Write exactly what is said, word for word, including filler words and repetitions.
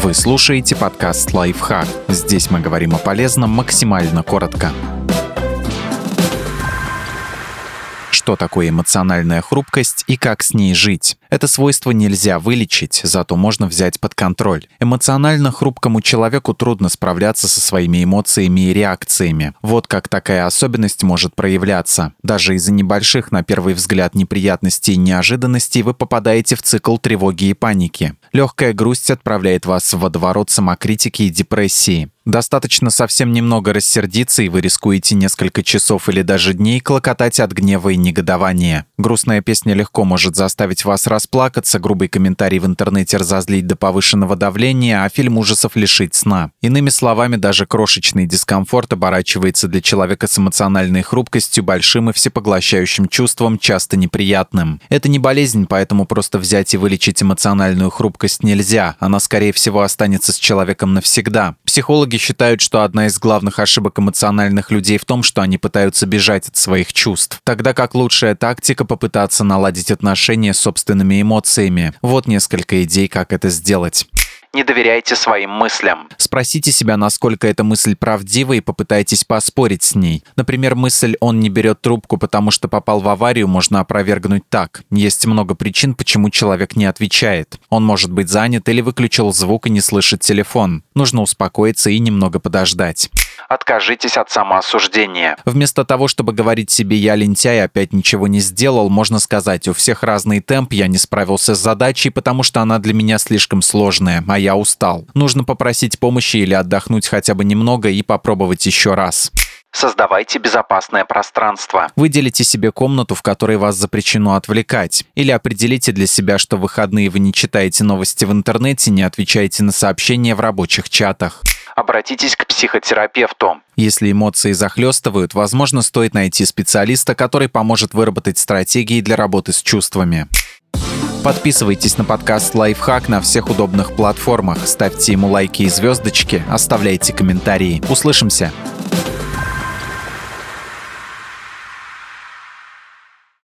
Вы слушаете подкаст «Лайфхак». Здесь мы говорим о полезном максимально коротко. Что такое эмоциональная хрупкость и как с ней жить? Это свойство нельзя вылечить, зато можно взять под контроль. Эмоционально хрупкому человеку трудно справляться со своими эмоциями и реакциями. Вот как такая особенность может проявляться. Даже из-за небольших, на первый взгляд, неприятностей и неожиданностей вы попадаете в цикл тревоги и паники. Легкая грусть отправляет вас в водоворот самокритики и депрессии. Достаточно совсем немного рассердиться, и вы рискуете несколько часов или даже дней клокотать от гнева и негодования. Грустная песня легко может заставить вас расплакаться, грубый комментарий в интернете разозлить до повышенного давления, а фильм ужасов лишить сна. Иными словами, даже крошечный дискомфорт оборачивается для человека с эмоциональной хрупкостью большим и всепоглощающим чувством, часто неприятным. Это не болезнь, поэтому просто взять и вылечить эмоциональную хрупкость нельзя. Она, скорее всего, останется с человеком навсегда. Психологи считают, что одна из главных ошибок эмоциональных людей в том, что они пытаются бежать от своих чувств. Тогда как лучшая тактика — попытаться наладить отношения с собственными эмоциями. Вот несколько идей, как это сделать. Не доверяйте своим мыслям. Спросите себя, насколько эта мысль правдива, и попытайтесь поспорить с ней. Например, мысль «он не берет трубку, потому что попал в аварию» можно опровергнуть так. Есть много причин, почему человек не отвечает. Он может быть занят или выключил звук и не слышит телефон. Нужно успокоиться и немного подождать. Откажитесь от самоосуждения. Вместо того, чтобы говорить себе «я лентяй, опять ничего не сделал», можно сказать: «у всех разный темп, я не справился с задачей, потому что она для меня слишком сложная, а я устал». Нужно попросить помощи или отдохнуть хотя бы немного и попробовать еще раз. Создавайте безопасное пространство. Выделите себе комнату, в которой вас запрещено отвлекать. Или определите для себя, что в выходные вы не читаете новости в интернете, не отвечаете на сообщения в рабочих чатах. Обратитесь к психотерапевту. Если эмоции захлестывают, возможно, стоит найти специалиста, который поможет выработать стратегии для работы с чувствами. Подписывайтесь на подкаст «Лайфхак» на всех удобных платформах, ставьте ему лайки и звездочки, оставляйте комментарии. Услышимся!